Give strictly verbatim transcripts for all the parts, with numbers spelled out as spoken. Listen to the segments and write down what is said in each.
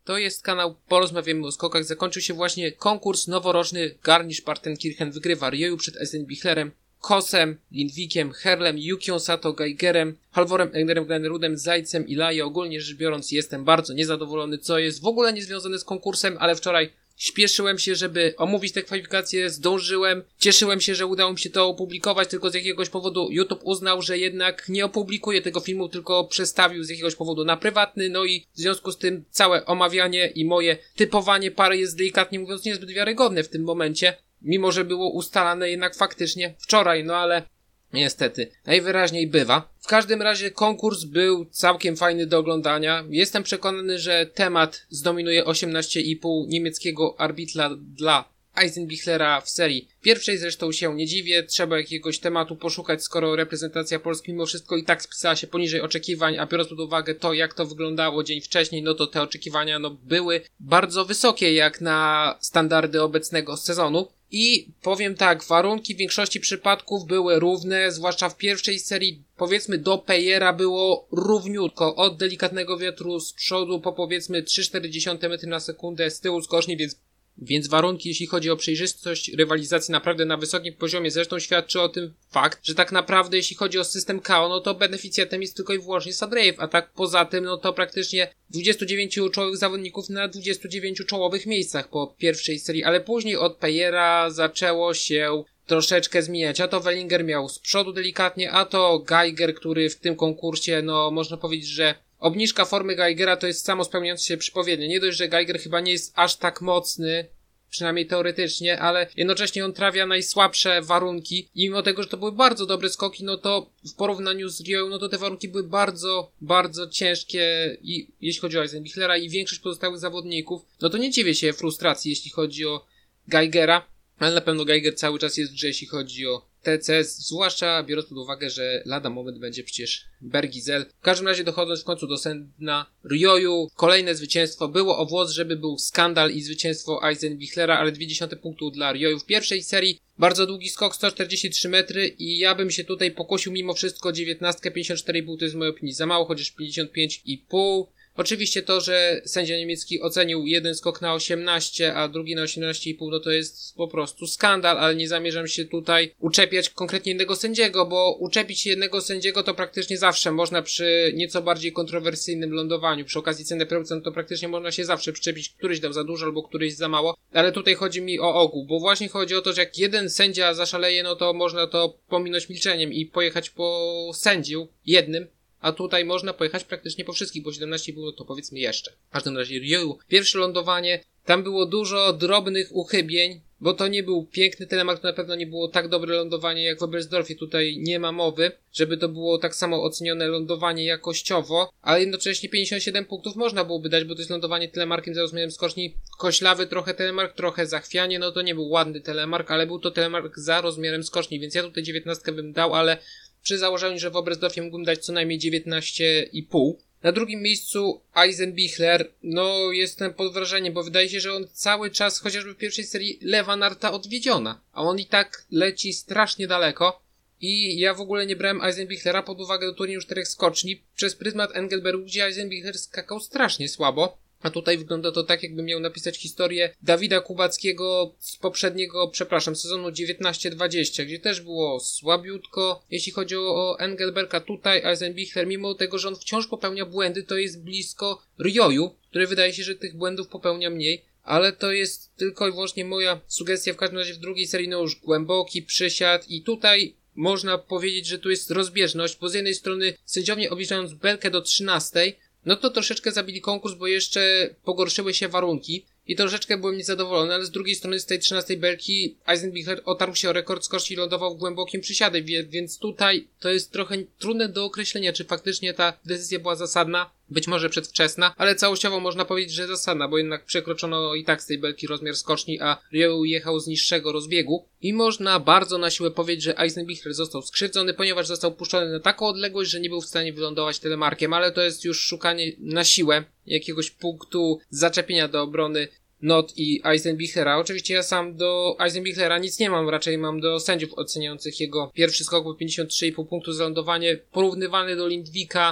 To jest kanał Porozmawiamy o skokach. Zakończył się właśnie konkurs noworoczny. Garmisch-Partenkirchen wygrywa Ryoyu przed Eisenbichlerem, Kosem, Lindvikiem, Herlem, Yukią Sato, Geigerem, Halvorem Egnerem, Granerudem, Zajcem i Laje. Ogólnie rzecz biorąc jestem bardzo niezadowolony, co jest w ogóle niezwiązane z konkursem, ale wczoraj śpieszyłem się, żeby omówić te kwalifikacje, zdążyłem, cieszyłem się, że udało mi się to opublikować, tylko z jakiegoś powodu YouTube uznał, że jednak nie opublikuje tego filmu, tylko przestawił z jakiegoś powodu na prywatny, no i w związku z tym całe omawianie i moje typowanie pary jest delikatnie mówiąc niezbyt wiarygodne w tym momencie, mimo że było ustalane jednak faktycznie wczoraj, no ale niestety, najwyraźniej bywa. W każdym razie konkurs był całkiem fajny do oglądania. Jestem przekonany, że temat zdominuje osiemnaście i pół niemieckiego arbitra dla Eisenbichlera w serii pierwszej. Zresztą się nie dziwię, trzeba jakiegoś tematu poszukać, skoro reprezentacja Polski mimo wszystko i tak spisała się poniżej oczekiwań, a biorąc pod uwagę to, jak to wyglądało dzień wcześniej, no to te oczekiwania no były bardzo wysokie jak na standardy obecnego sezonu. I powiem tak, warunki w większości przypadków były równe, zwłaszcza w pierwszej serii, powiedzmy do Peyera było równiutko, od delikatnego wiatru z przodu po powiedzmy trzy przecinek cztery metry na sekundę z tyłu skoczni, więc Więc warunki, jeśli chodzi o przejrzystość rywalizacji, naprawdę na wysokim poziomie. Zresztą świadczy o tym fakt, że tak naprawdę jeśli chodzi o system K O, no to beneficjentem jest tylko i wyłącznie Sadrejew, a tak poza tym, no to praktycznie dwudziestu dziewięciu czołowych zawodników na dwudziestu dziewięciu czołowych miejscach po pierwszej serii, ale później od Peyera zaczęło się troszeczkę zmieniać. A to Wellinger miał z przodu delikatnie, a to Geiger, który w tym konkursie, no można powiedzieć, że obniżka formy Geigera to jest samo spełniające się przypowiednie. Nie dość, że Geiger chyba nie jest aż tak mocny, przynajmniej teoretycznie, ale jednocześnie on trafia najsłabsze warunki i mimo tego, że to były bardzo dobre skoki, no to w porównaniu z Ryoyu, no to te warunki były bardzo, bardzo ciężkie i jeśli chodzi o Eisenbichlera i większość pozostałych zawodników, no to nie dziwię się frustracji, jeśli chodzi o Geigera, ale na pewno Geiger cały czas jest w grze, jeśli chodzi o T C S, zwłaszcza biorąc pod uwagę, że lada moment będzie przecież Bergizel. W każdym razie dochodząc w końcu do sedna Ryoyu, kolejne zwycięstwo. Było o włos, żeby był skandal i zwycięstwo Eisenbichlera, ale dwie dziesiąte punktu dla Ryoyu w pierwszej serii. Bardzo długi skok, sto czterdzieści trzy metry i ja bym się tutaj pokusił mimo wszystko dziewiętnastkę, pięćdziesiąt cztery i pół to jest w mojej opinii za mało, chociaż pięćdziesiąt pięć i pół. Oczywiście to, że sędzia niemiecki ocenił jeden skok na osiemnaście, a drugi na osiemnaście i pół, no to jest po prostu skandal, ale nie zamierzam się tutaj uczepiać konkretnie jednego sędziego, bo uczepić się jednego sędziego to praktycznie zawsze można przy nieco bardziej kontrowersyjnym lądowaniu. Przy okazji ceny producent to praktycznie można się zawsze przyczepić, któryś dał za dużo albo któryś za mało, ale tutaj chodzi mi o ogół, bo właśnie chodzi o to, że jak jeden sędzia zaszaleje, no to można to pominąć milczeniem i pojechać po sędziu jednym, a tutaj można pojechać praktycznie po wszystkich, bo siedemnaście było to powiedzmy jeszcze. W każdym razie Ryoyu, pierwsze lądowanie, tam było dużo drobnych uchybień, bo to nie był piękny telemark, to na pewno nie było tak dobre lądowanie jak w Oberstdorfie, tutaj nie ma mowy, żeby to było tak samo ocenione lądowanie jakościowo, ale jednocześnie pięćdziesiąt siedem punktów można byłoby dać, bo to jest lądowanie telemarkiem za rozmiarem skoczni, koślawy trochę telemark, trochę zachwianie, no to nie był ładny telemark, ale był to telemark za rozmiarem skoczni, więc ja tutaj dziewiętnastkę bym dał, ale przy założeniu, że w Oberstdorfie mógłbym dać co najmniej dziewiętnaście i pół. Na drugim miejscu Eisenbichler, no jestem pod wrażeniem, bo wydaje się, że on cały czas, chociażby w pierwszej serii, lewa narta odwiedziona, a on i tak leci strasznie daleko i ja w ogóle nie brałem Eisenbichlera pod uwagę do turnieju czterech skoczni przez pryzmat Engelbergu, gdzie Eisenbichler skakał strasznie słabo. A tutaj wygląda to tak, jakby miał napisać historię Dawida Kubackiego z poprzedniego, przepraszam, sezonu dziewiętnaście dwadzieścia, gdzie też było słabiutko, jeśli chodzi o Engelberga. Tutaj Eisenbichler, mimo tego, że on wciąż popełnia błędy, to jest blisko Ryoyu, który wydaje się, że tych błędów popełnia mniej, ale to jest tylko i wyłącznie moja sugestia. W każdym razie w drugiej serii no już głęboki przysiad i tutaj można powiedzieć, że tu jest rozbieżność, bo z jednej strony sędziowie obniżając belkę do trzynastej, no to troszeczkę zabili konkurs, bo jeszcze pogorszyły się warunki i troszeczkę byłem niezadowolony, ale z drugiej strony z tej trzynastej belki Eisenbichler otarł się o rekord skoczni i lądował w głębokim przysiadzie, więc tutaj to jest trochę trudne do określenia, czy faktycznie ta decyzja była zasadna, być może przedwczesna, ale całościowo można powiedzieć, że zasadna, bo jednak przekroczono i tak z tej belki rozmiar skoczni, a Ryoyu jechał z niższego rozbiegu i można bardzo na siłę powiedzieć, że Eisenbichler został skrzywdzony, ponieważ został puszczony na taką odległość, że nie był w stanie wylądować telemarkiem, ale to jest już szukanie na siłę jakiegoś punktu zaczepienia do obrony Not i Eisenbichlera. Oczywiście ja sam do Eisenbichlera nic nie mam, raczej mam do sędziów oceniających jego pierwszy skok po pięćdziesiąt trzy i pół punktu za lądowanie, porównywany do Lindvika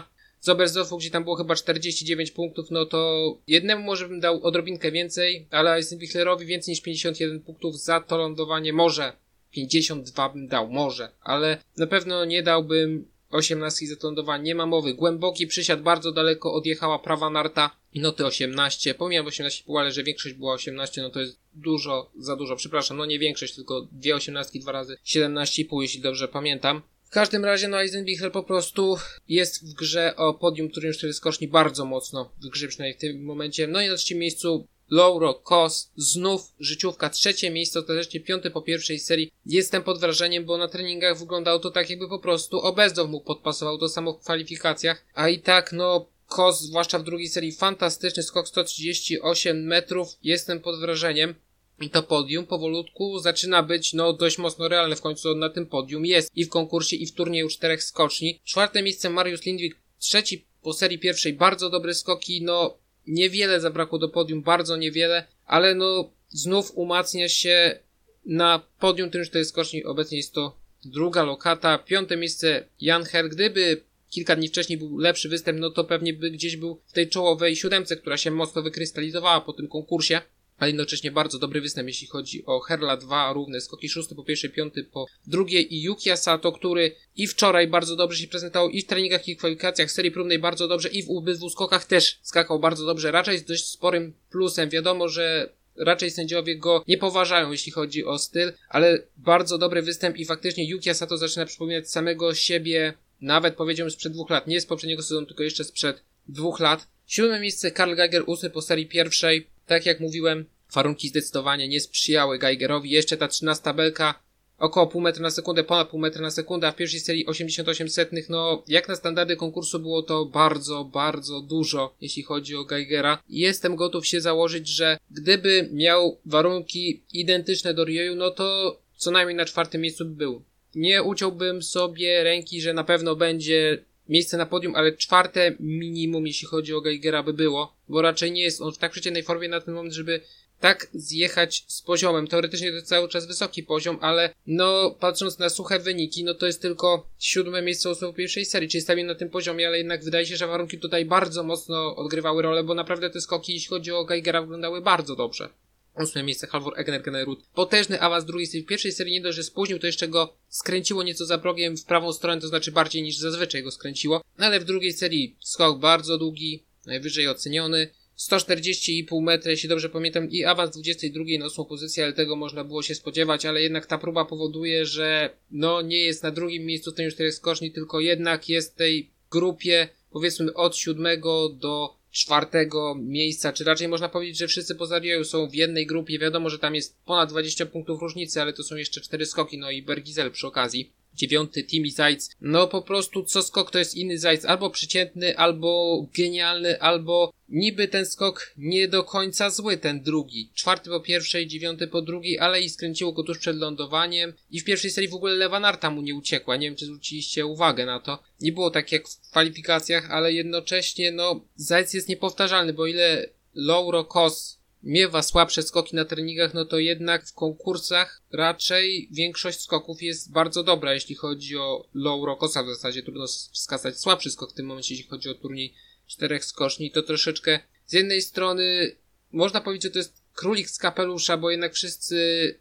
z Oberstdorfu, gdzie tam było chyba czterdzieści dziewięć punktów, no to jednemu może bym dał odrobinkę więcej, ale Eisenbichlerowi więcej niż pięćdziesiąt jeden punktów za to lądowanie może. pięćdziesiąt dwa bym dał, może, ale na pewno nie dałbym osiemnastki za to lądowanie, nie ma mowy. Głęboki przysiad, bardzo daleko odjechała prawa narta i noty osiemnaście, pomijam osiemnaście pół, ale że większość była osiemnaście, no to jest dużo, za dużo, przepraszam, no nie większość, tylko dwie osiemnastki, dwa razy siedemnaście i pół, jeśli dobrze pamiętam. W każdym razie, no Eisenbichler po prostu jest w grze o podium, którym cztery skoczni bardzo mocno w grze, przynajmniej w tym momencie. No i na trzecim miejscu Lauro Kos, znów życiówka, trzecie miejsce, ostatecznie piąte po pierwszej serii. Jestem pod wrażeniem, bo na treningach wyglądało to tak, jakby po prostu Oberstdorf mu podpasował, to samo w kwalifikacjach, a i tak, no Kos, zwłaszcza w drugiej serii, fantastyczny skok sto trzydzieści osiem metrów, jestem pod wrażeniem. I to podium powolutku zaczyna być no dość mocno realne, w końcu on na tym podium jest i w konkursie, i w turnieju czterech skoczni. Czwarte miejsce Mariusz Lindvik, trzeci po serii pierwszej, bardzo dobre skoki, no niewiele zabrakło do podium, bardzo niewiele, ale no znów umacnia się na podium tym czterech skoczni, obecnie jest to druga lokata. Piąte miejsce Jan Her, gdyby kilka dni wcześniej był lepszy występ, no to pewnie by gdzieś był w tej czołowej siódemce, która się mocno wykrystalizowała po tym konkursie. Ale jednocześnie bardzo dobry występ, jeśli chodzi o Herla, dwa równe skoki, szósty po pierwszej, piąty po drugiej i Yukiya Sato, który i wczoraj bardzo dobrze się prezentował, i w treningach, i w kwalifikacjach serii próbnej bardzo dobrze, i w obydwu skokach też skakał bardzo dobrze, raczej z dość sporym plusem. Wiadomo, że raczej sędziowie go nie poważają, jeśli chodzi o styl, ale bardzo dobry występ i faktycznie Yukiya Sato zaczyna przypominać samego siebie, nawet powiedziałbym sprzed dwóch lat, nie z poprzedniego sezonu, tylko jeszcze sprzed dwóch lat. Siódme miejsce Karl Geiger, ósmy po serii pierwszej. Tak jak mówiłem, warunki zdecydowanie nie sprzyjały Geigerowi. Jeszcze ta trzynasta belka, około pół metra na sekundę, ponad pół metra na sekundę, a w pierwszej serii osiemdziesiąt osiem setnych, no jak na standardy konkursu było to bardzo, bardzo dużo, jeśli chodzi o Geigera. Jestem gotów się założyć, że gdyby miał warunki identyczne do Rioju, no to co najmniej na czwartym miejscu by był. Nie uciąłbym sobie ręki, że na pewno będzie miejsce na podium, ale czwarte minimum, jeśli chodzi o Geigera, by było, bo raczej nie jest on w tak przeciętnej formie na ten moment, żeby tak zjechać z poziomem. Teoretycznie to jest cały czas wysoki poziom, ale no patrząc na suche wyniki, no to jest tylko siódme miejsce osób w pierwszej serii, czyli stawiam na tym poziomie, ale jednak wydaje się, że warunki tutaj bardzo mocno odgrywały rolę, bo naprawdę te skoki, jeśli chodzi o Geigera, wyglądały bardzo dobrze. Ósme miejsce Halvor Egner Generud. Potężny awans drugiej serii. W pierwszej serii nie dość, że spóźnił, to jeszcze go skręciło nieco za progiem w prawą stronę, to znaczy bardziej niż zazwyczaj go skręciło. Ale w drugiej serii skok bardzo długi, najwyżej oceniony. sto czterdzieści i pół metra, jeśli dobrze pamiętam, i awans dwudziestej drugiej na ósmą pozycję, ale tego można było się spodziewać, ale jednak ta próba powoduje, że no nie jest na drugim miejscu ten już czterech skoczni, tylko jednak jest w tej grupie, powiedzmy od siódmego do czwartego miejsca, czy raczej można powiedzieć, że wszyscy poza Rio są w jednej grupie. Wiadomo, że tam jest ponad dwadzieścia punktów różnicy, ale to są jeszcze cztery skoki, no i Bergizel przy okazji. Dziewiąty Timi Zajc. No po prostu co skok to jest inny Zajc, albo przeciętny, albo genialny, albo niby ten skok nie do końca zły, ten drugi. Czwarty po pierwszej, dziewiąty po drugiej, ale i skręciło go tuż przed lądowaniem i w pierwszej serii w ogóle lewa narta mu nie uciekła. Nie wiem, czy zwróciliście uwagę na to. Nie było tak jak w kwalifikacjach, ale jednocześnie no Zajc jest niepowtarzalny, bo ile Lauro Kos miewa słabsze skoki na treningach, no to jednak w konkursach raczej większość skoków jest bardzo dobra, jeśli chodzi o Lauro Kosa. W zasadzie trudno wskazać słabszy skok w tym momencie, jeśli chodzi o turniej czterech skoczni. To troszeczkę z jednej strony można powiedzieć, że to jest królik z kapelusza, bo jednak wszyscy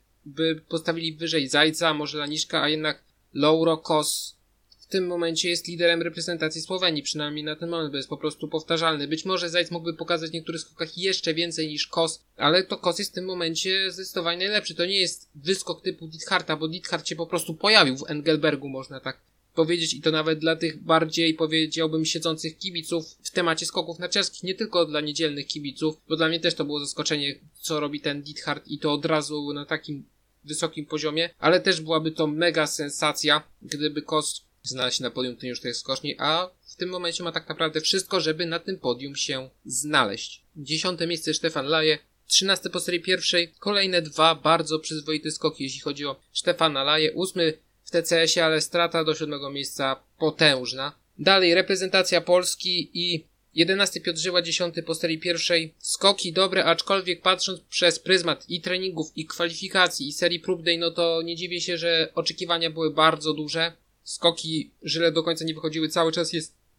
by postawili wyżej Zajca, może Laniszka, a jednak Lauro Kos w tym momencie jest liderem reprezentacji Słowenii, przynajmniej na ten moment, bo jest po prostu powtarzalny. Być może Zajc mógłby pokazać w niektórych skokach jeszcze więcej niż Kos, ale to Kos jest w tym momencie zdecydowanie najlepszy. To nie jest wyskok typu Dithardta, bo Dithard się po prostu pojawił w Engelbergu, można tak powiedzieć, i to nawet dla tych bardziej, powiedziałbym, siedzących kibiców w temacie skoków narciarskich, nie tylko dla niedzielnych kibiców, bo dla mnie też to było zaskoczenie, co robi ten Dithard i to od razu na takim wysokim poziomie, ale też byłaby to mega sensacja, gdyby Kos znaleźć się na podium tej już tej skoczni, a w tym momencie ma tak naprawdę wszystko, żeby na tym podium się znaleźć. Dziesiąte miejsce Stefan Laje, trzynaste po serii pierwszej, kolejne dwa bardzo przyzwoite skoki, jeśli chodzi o Stefana Laje, ósmy w T C S ie, ale strata do siódmego miejsca potężna. Dalej reprezentacja Polski i jedenasty Piotr Żyła, dziesiąty po serii pierwszej, skoki dobre, aczkolwiek patrząc przez pryzmat i treningów, i kwalifikacji, i serii próbnej, no to nie dziwię się, że oczekiwania były bardzo duże. Skoki Żyle do końca nie wychodziły, cały czas jest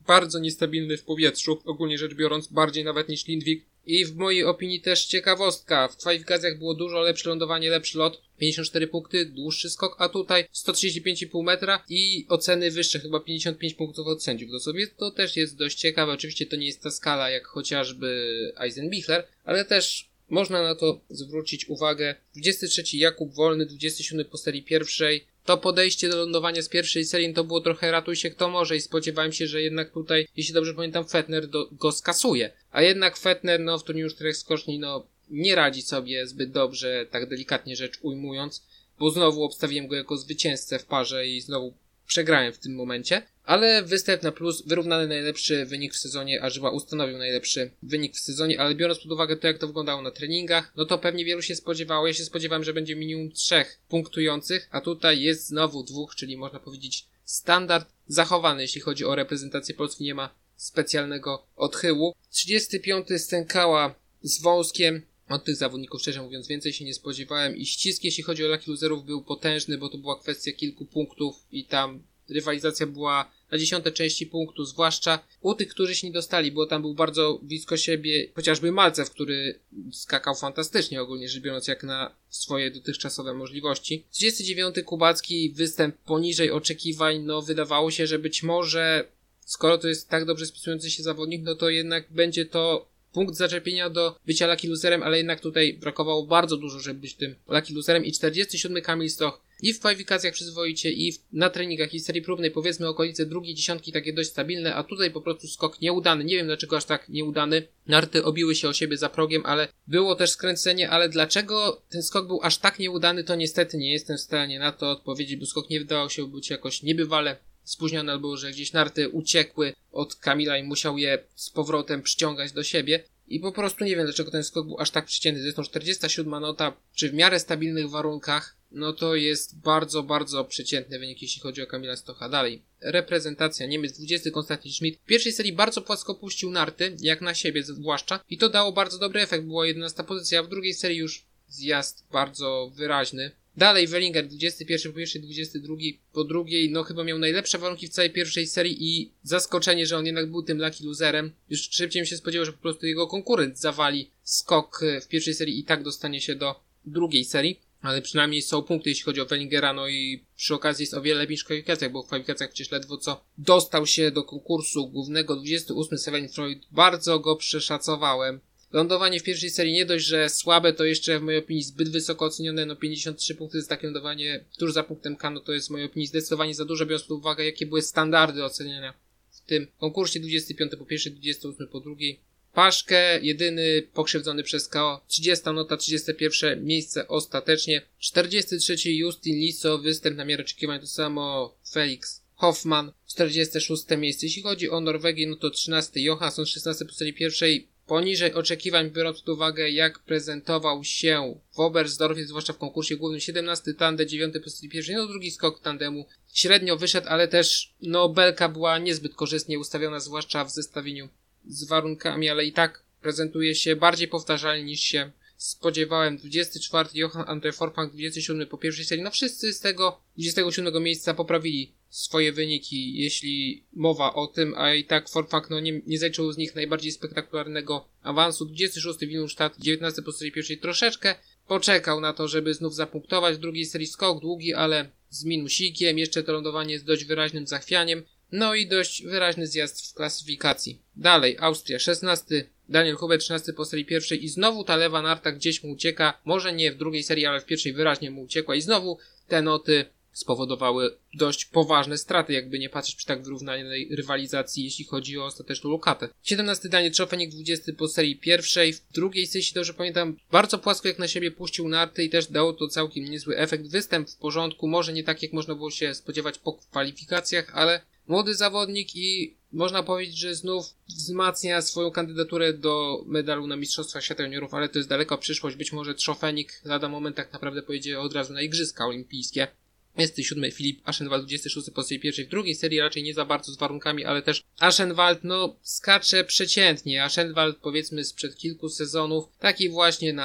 bardzo niestabilny w powietrzu, ogólnie rzecz biorąc, bardziej nawet niż Lindvik. I w mojej opinii też ciekawostka, w kwalifikacjach było dużo lepsze lądowanie, lepszy lot, pięćdziesiąt cztery punkty, dłuższy skok, a tutaj sto trzydzieści pięć i pół metra i oceny wyższe, chyba pięćdziesiąt pięć punktów od sędziów do sobie. To też jest dość ciekawe, oczywiście to nie jest ta skala jak chociażby Eisenbichler, ale też można na to zwrócić uwagę. dwudziesty trzeci Jakub Wolny, dwudziesty siódmy po serii pierwszej. To podejście do lądowania z pierwszej serii to było trochę ratuj się kto może i spodziewałem się, że jednak tutaj, jeśli dobrze pamiętam, Fettner do, go skasuje. A jednak Fettner, no w turnieju czterech skoczni, no nie radzi sobie zbyt dobrze, tak delikatnie rzecz ujmując, bo znowu obstawiłem go jako zwycięzcę w parze i znowu przegrałem w tym momencie. Ale występ na plus, wyrównany najlepszy wynik w sezonie, a Żyła ustanowił najlepszy wynik w sezonie, ale biorąc pod uwagę to, jak to wyglądało na treningach, no to pewnie wielu się spodziewało. Ja się spodziewałem, że będzie minimum trzech punktujących, a tutaj jest znowu dwóch, czyli można powiedzieć standard zachowany, jeśli chodzi o reprezentację Polski, nie ma specjalnego odchyłu. trzydziesty piąty Stękała z Wąskiem. Od tych zawodników, szczerze mówiąc, więcej się nie spodziewałem i ścisk, jeśli chodzi o lucky loserów, był potężny, bo to była kwestia kilku punktów i tam rywalizacja była na dziesiąte części punktu, zwłaszcza u tych, którzy się nie dostali, bo tam był bardzo blisko siebie chociażby Malcew, który skakał fantastycznie, ogólnie rzecz biorąc, jak na swoje dotychczasowe możliwości. trzydziesty dziewiąty Kubacki, występ poniżej oczekiwań, no wydawało się, że być może, skoro to jest tak dobrze spisujący się zawodnik, no to jednak będzie to punkt zaczepienia do bycia lucky loserem, ale jednak tutaj brakowało bardzo dużo, żeby być tym lucky loserem. I czterdziesty siódmy Kamil Stoch i w kwalifikacjach przyzwoicie, i w, na treningach, i serii próbnej, powiedzmy okolice drugiej dziesiątki, takie dość stabilne, a tutaj po prostu skok nieudany. Nie wiem dlaczego aż tak nieudany. Narty obiły się o siebie za progiem, ale było też skręcenie, ale dlaczego ten skok był aż tak nieudany, to niestety nie jestem w stanie na to odpowiedzieć, bo skok nie wydawał się być jakoś niebywale spóźniony, albo że gdzieś narty uciekły od Kamila i musiał je z powrotem przyciągać do siebie. I po prostu nie wiem, dlaczego ten skok był aż tak przycięty. Zresztą czterdziesta siódma nota przy w miarę stabilnych warunkach, no to jest bardzo, bardzo przeciętny wynik, jeśli chodzi o Kamila Stocha. Dalej, reprezentacja Niemiec, dwudziesty Konstantin Schmidt. W pierwszej serii bardzo płasko puścił narty, jak na siebie zwłaszcza, i to dało bardzo dobry efekt, była jedenasta pozycja, a w drugiej serii już zjazd bardzo wyraźny. Dalej Wellinger, dwudziesty pierwszy po pierwszej, dwudziesty drugi po drugiej, no chyba miał najlepsze warunki w całej pierwszej serii i zaskoczenie, że on jednak był tym lucky loserem. Już szybciej mi się spodziewał, że po prostu jego konkurent zawali skok w pierwszej serii i tak dostanie się do drugiej serii, ale przynajmniej są punkty, jeśli chodzi o Wellingera, no i przy okazji jest o wiele lepiej niż w kwalifikacjach, bo w kwalifikacjach przecież ledwo co dostał się do konkursu głównego. Dwudziesty ósmy Severin Freud, bardzo go przeszacowałem. Lądowanie w pierwszej serii nie dość, że słabe, to jeszcze w mojej opinii zbyt wysoko ocenione, no pięćdziesiąt trzy punkty za takie lądowanie tuż za punktem K, no to jest w mojej opinii zdecydowanie za dużo, biorąc pod uwagę, jakie były standardy oceniania w tym konkursie. Dwudziesty piąty po pierwszej, dwudziesty ósmy po drugiej. Paszkę, jedyny pokrzywdzony przez K O, trzydziesta nota, trzydzieste pierwsze miejsce ostatecznie. czterdziesty trzeci Justin Liso, występ na miarę oczekiwań, to samo Felix Hoffman. czterdzieste szóste miejsce. Jeśli chodzi o Norwegię, no to trzynasty Johansson, szesnasty po serii pierwszej. Poniżej oczekiwań, biorąc pod uwagę, jak prezentował się w Oberstdorfie, zwłaszcza w konkursie głównym. siedemnasty Tande, dziewiąty po serii pierwszej, no drugi skok tandemu średnio wyszedł, ale też no belka była niezbyt korzystnie ustawiona, zwłaszcza w zestawieniu z warunkami, ale i tak prezentuje się bardziej powtarzalnie niż się spodziewałem. dwudziesty czwarty Johan Andre Forpang, dwudziesty siódmy po pierwszej serii. No wszyscy z tego dwudziestego siódmego miejsca poprawili swoje wyniki, jeśli mowa o tym, a i tak Forpang no nie, nie zaliczył z nich najbardziej spektakularnego awansu. dwudziesty szósty Wilmstadt, dziewiętnasty po serii pierwszej, troszeczkę poczekał na to, żeby znów zapunktować. W drugiej serii skok długi, ale z minusikiem. Jeszcze to lądowanie z dość wyraźnym zachwianiem. No i dość wyraźny zjazd w klasyfikacji. Dalej, Austria, szesnasty Daniel Hubert, trzynasty po serii pierwszej i znowu ta lewa narta gdzieś mu ucieka. Może nie w drugiej serii, ale w pierwszej wyraźnie mu uciekła i znowu te noty spowodowały dość poważne straty, jakby nie patrzeć przy tak wyrównanej rywalizacji, jeśli chodzi o ostateczną lokatę. siedemnasty Daniel Trzofenik, dwudziesty po serii pierwszej. W drugiej serii, jeśli dobrze pamiętam, bardzo płasko jak na siebie puścił narty i też dało to całkiem niezły efekt. Występ w porządku, może nie tak jak można było się spodziewać po kwalifikacjach, ale młody zawodnik i można powiedzieć, że znów wzmacnia swoją kandydaturę do medalu na Mistrzostwa Świata Juniorów, ale to jest daleka przyszłość. Być może Trzofenik lada moment tak naprawdę pojedzie od razu na Igrzyska Olimpijskie. dwudziesty siódmy Filip Aschenwald, dwudziesty szósty po serii pierwszej. W drugiej serii raczej nie za bardzo z warunkami, ale też Aschenwald no skacze przeciętnie. Aschenwald powiedzmy sprzed kilku sezonów, taki właśnie na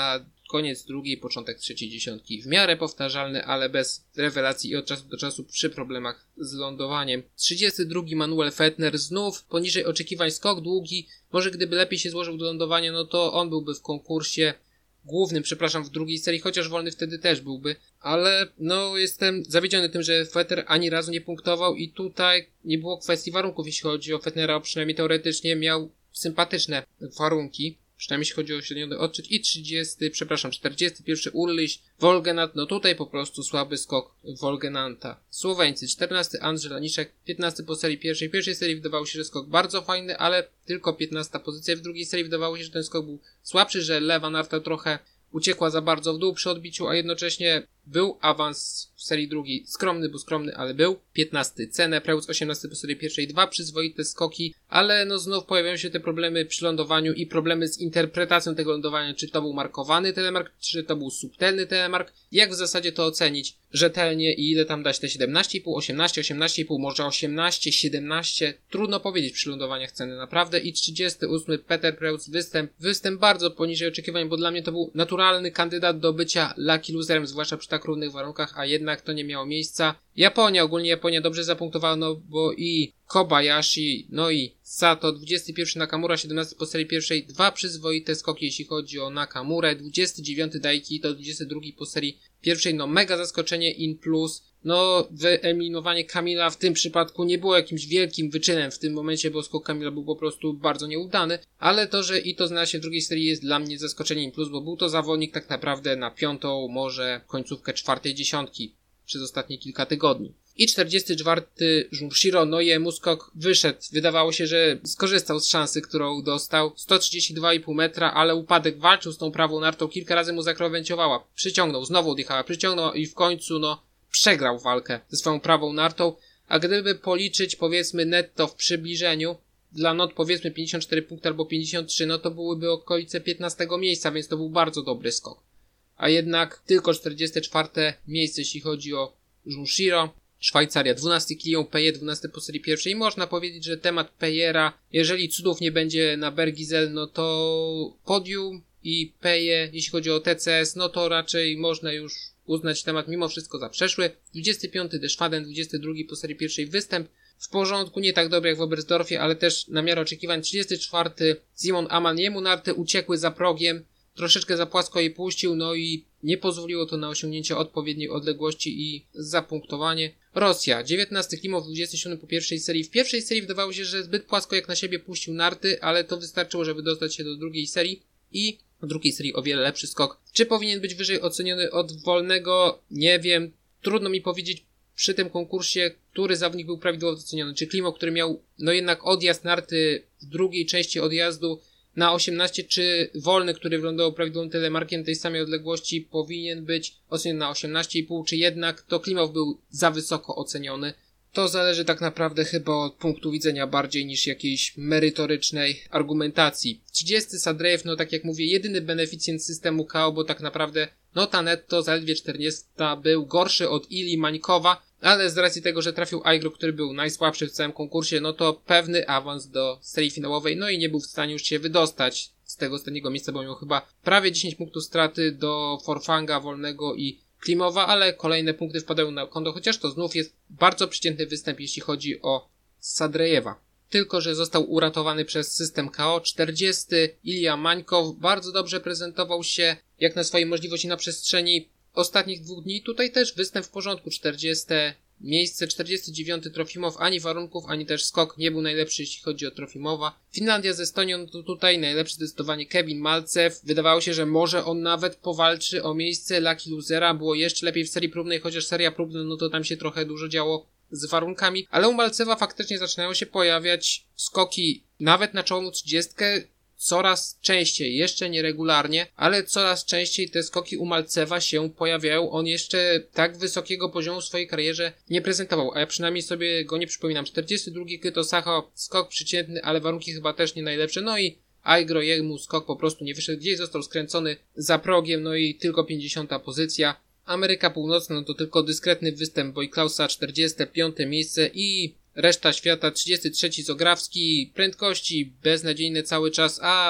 koniec drugiej, początek trzeciej dziesiątki w miarę powtarzalny, ale bez rewelacji i od czasu do czasu przy problemach z lądowaniem. trzydziesty drugi Manuel Fettner, znów poniżej oczekiwań skok długi, może gdyby lepiej się złożył do lądowania, no to on byłby w konkursie głównym, przepraszam, w drugiej serii, chociaż wolny wtedy też byłby, ale no jestem zawiedziony tym, że Fetter ani razu nie punktował i tutaj nie było kwestii warunków, jeśli chodzi o Fettnera, przynajmniej teoretycznie miał sympatyczne warunki. Przynajmniej jeśli chodzi o średniony odczyt. I trzydziesty, przepraszam, czterdziesty pierwszy Urliś, Wolgenant, no tutaj po prostu słaby skok Wolgenanta. Słoweńcy, czternasty Andrzej Laniszek, piętnasty po serii pierwszej. W pierwszej serii wydawało się, że skok bardzo fajny, ale tylko piętnasta pozycja. W drugiej serii wydawało się, że ten skok był słabszy, że lewa narta trochę uciekła za bardzo w dół przy odbiciu, a jednocześnie był awans w serii drugiej. Skromny, bo skromny, ale był. piętnasty Cenę, Preutz osiemnasty po serii pierwszej. Dwa przyzwoite skoki, ale no znów pojawiają się te problemy przy lądowaniu i problemy z interpretacją tego lądowania. Czy to był markowany telemark, czy to był subtelny telemark? Jak w zasadzie to ocenić rzetelnie i ile tam dać? Te siedemnaście i pół, osiemnaście, osiemnaście i pół, może osiemnaście, siedemnaście? Trudno powiedzieć przy lądowaniach ceny naprawdę. I trzydziesty ósmy Peter Preutz, występ. Występ bardzo poniżej oczekiwań, bo dla mnie to był naturalny kandydat do bycia lucky loserem, zwłaszcza przy tak równych warunkach, a jednak to nie miało miejsca. Japonia, ogólnie Japonia dobrze zapunktowała, no bo i Kobayashi, no i Sato, dwudziesty pierwszy Nakamura, siedemnasty po serii pierwszej, dwa przyzwoite skoki jeśli chodzi o Nakamurę, dwudziesty dziewiąty Daiki, to dwudziesty drugi po serii pierwszej, no mega zaskoczenie in plus, no wyeliminowanie Kamila w tym przypadku nie było jakimś wielkim wyczynem w tym momencie, bo skok Kamila był po prostu bardzo nieudany, ale to, że Ito znalazł się w drugiej serii jest dla mnie zaskoczenie in plus, bo był to zawodnik tak naprawdę na piątą, może końcówkę czwartej dziesiątki przez ostatnie kilka tygodni. I czterdziesty czwarty Junshiro, no jemu skok wyszedł. Wydawało się, że skorzystał z szansy, którą dostał. sto trzydzieści dwa i pół metra, ale upadek walczył z tą prawą nartą. Kilka razy mu zakrawęciowała. Przyciągnął, znowu odjechała, przyciągnął i w końcu, no, przegrał walkę ze swoją prawą nartą. A gdyby policzyć, powiedzmy, netto w przybliżeniu, dla not powiedzmy pięćdziesiąt cztery punkty albo pięćdziesiąt trzy, no to byłyby okolice piętnastego miejsca, więc to był bardzo dobry skok. A jednak tylko czterdzieste czwarte miejsce, jeśli chodzi o Junshiro. Szwajcaria, dwunasty Kilian Peje, dwunasty po serii pierwszej. Można powiedzieć, że temat Pejera, jeżeli cudów nie będzie na Bergizel, no to podium i Peje, jeśli chodzi o T C S, no to raczej można już uznać temat mimo wszystko za przeszły. dwudziesty piąty Deschwaden, dwudziesty drugi po serii pierwszej występ. W porządku, nie tak dobry jak w Oberstdorfie, ale też na miarę oczekiwań. trzydziesty czwarty Simon Aman, jemu narty uciekły za progiem. Troszeczkę za płasko jej puścił, no i nie pozwoliło to na osiągnięcie odpowiedniej odległości i zapunktowanie. Rosja, dziewiętnasty Klimow, dwudziesty siódmy po pierwszej serii. W pierwszej serii wydawało się, że zbyt płasko jak na siebie puścił narty, ale to wystarczyło, żeby dostać się do drugiej serii i w drugiej serii o wiele lepszy skok. Czy powinien być wyżej oceniony od Wolnego? Nie wiem. Trudno mi powiedzieć przy tym konkursie, który zawodnik był prawidłowo oceniony. Czy Klimow, który miał no jednak odjazd narty w drugiej części odjazdu na osiemnaście, czy Wolny, który wylądował prawidłowym telemarkiem tej samej odległości, powinien być oceniony na osiemnaście i pół, czy jednak to Klimow był za wysoko oceniony. To zależy tak naprawdę chyba od punktu widzenia bardziej niż jakiejś merytorycznej argumentacji. trzydziesty Sadrejew, no tak jak mówię, jedyny beneficjent systemu K O, bo tak naprawdę nota netto zaledwie czterdziesta był gorszy od Ili Mańkowa, ale z racji tego, że trafił Aigro, który był najsłabszy w całym konkursie, no to pewny awans do serii finałowej, no i nie był w stanie już się wydostać z tego ostatniego miejsca, bo miał chyba prawie dziesięć punktów straty do Forfanga, Wolnego i Klimowa, ale kolejne punkty wpadają na konto, chociaż to znów jest bardzo przeciętny występ, jeśli chodzi o Sadrejewa. Tylko że został uratowany przez system K O. czterdziesty Ilja Mańkow bardzo dobrze prezentował się jak na swoje możliwości na przestrzeni ostatnich dwóch dni. Tutaj też występ w porządku. czterdzieste miejsce, czterdziesty dziewiąty Trofimow, ani warunków, ani też skok nie był najlepszy, jeśli chodzi o Trofimowa. Finlandia z Estonią, to tutaj najlepszy zdecydowanie Kevin Malcew. Wydawało się, że może on nawet powalczy o miejsce lucky losera. Było jeszcze lepiej w serii próbnej, chociaż seria próbna, no to tam się trochę dużo działo z warunkami, ale u Malcewa faktycznie zaczynają się pojawiać skoki nawet na czołową trzydziestkę, coraz częściej, jeszcze nieregularnie, ale coraz częściej te skoki u Malcewa się pojawiają. On jeszcze tak wysokiego poziomu w swojej karierze nie prezentował, a ja przynajmniej sobie go nie przypominam. czterdziesty drugi Kyto Sacho, skok przeciętny, ale warunki chyba też nie najlepsze, no i Aigro, jemu skok po prostu nie wyszedł, gdzieś został skręcony za progiem, no i tylko pięćdziesiąta pozycja. Ameryka Północna, no to tylko dyskretny występ Wojklausa, czterdzieste piąte miejsce i reszta świata, trzydziesty trzeci Zograwski, prędkości beznadziejne cały czas, a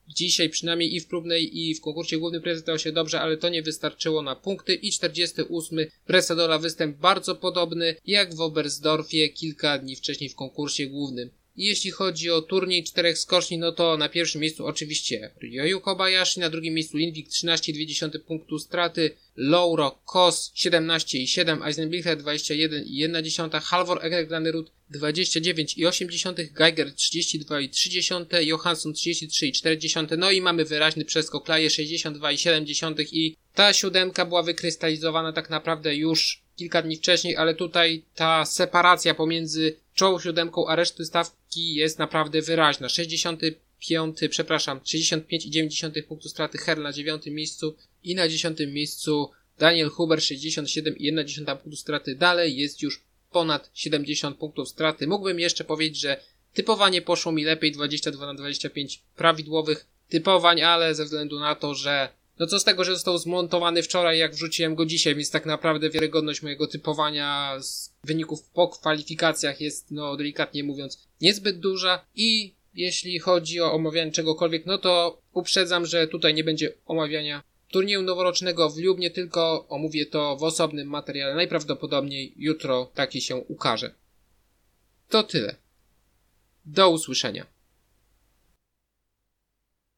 dzisiaj przynajmniej i w próbnej i w konkursie głównym prezentował się dobrze, ale to nie wystarczyło na punkty. I czterdziesty ósmy Bresadola, występ bardzo podobny jak w Oberstdorfie kilka dni wcześniej w konkursie głównym. I jeśli chodzi o turniej czterech skoczni, no to na pierwszym miejscu oczywiście Ryoyu Kobayashi, na drugim miejscu Lindvik trzynaście przecinek dwa punktu straty, Lauro Kos siedemnaście przecinek siedem, Eisenbichler dwadzieścia jeden przecinek jeden, Halvor Egnerud dwadzieścia dziewięć przecinek osiem, Geiger trzydzieści dwa przecinek trzy, Johansson trzydzieści trzy przecinek cztery, no i mamy wyraźny przeskok Laje sześćdziesiąt dwa przecinek siedem i ta siódemka była wykrystalizowana tak naprawdę już kilka dni wcześniej, ale tutaj ta separacja pomiędzy czołą siódemką a resztą stawki jest naprawdę wyraźna. sześćdziesiąty piąty, przepraszam, sześćdziesiąt pięć przecinek dziewięć punktu straty Herl na dziewiątym miejscu i na dziesiątym miejscu Daniel Huber sześćdziesiąt siedem przecinek jeden punktu straty. Dalej jest już ponad siedemdziesiąt punktów straty. Mógłbym jeszcze powiedzieć, że typowanie poszło mi lepiej, dwadzieścia dwa na dwadzieścia pięć prawidłowych typowań, ale ze względu na to, że no co z tego, że został zmontowany wczoraj, jak wrzuciłem go dzisiaj, więc tak naprawdę wiarygodność mojego typowania z wyników po kwalifikacjach jest, no delikatnie mówiąc, niezbyt duża. I jeśli chodzi o omawianie czegokolwiek, no to uprzedzam, że tutaj nie będzie omawiania turnieju noworocznego w Lubnie, tylko omówię to w osobnym materiale. Najprawdopodobniej jutro taki się ukaże. To tyle. Do usłyszenia.